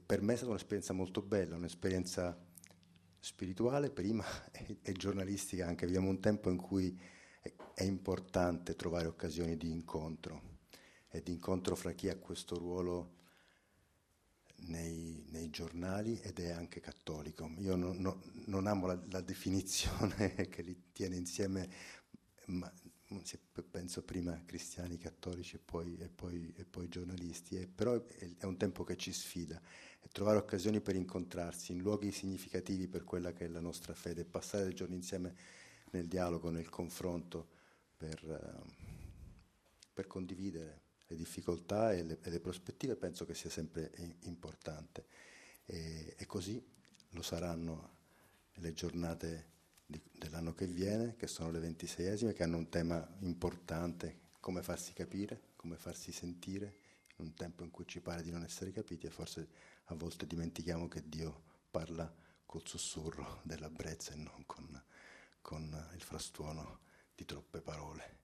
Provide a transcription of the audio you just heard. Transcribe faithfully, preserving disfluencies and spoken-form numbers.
per me è stata un'esperienza molto bella, un'esperienza spirituale prima e, e giornalistica anche. Viviamo un tempo in cui è, è importante trovare occasioni di incontro e di incontro fra chi ha questo ruolo nei, nei giornali ed è anche cattolico. Io non, non, non amo la, la definizione che li tiene insieme, ma penso prima cristiani, cattolici e poi, e poi, e poi giornalisti, e però è, è un tempo che ci sfida, e trovare occasioni per incontrarsi in luoghi significativi per quella che è la nostra fede, passare dei giorni insieme nel dialogo, nel confronto, per, uh, per condividere le difficoltà e le, e le prospettive, penso che sia sempre importante. E, e così lo saranno le giornate di, dell'anno che viene, che sono le ventiseiesime, che hanno un tema importante, come farsi capire, come farsi sentire, in un tempo in cui ci pare di non essere capiti e forse a volte dimentichiamo che Dio parla col sussurro della brezza e non con, con il frastuono di troppe parole.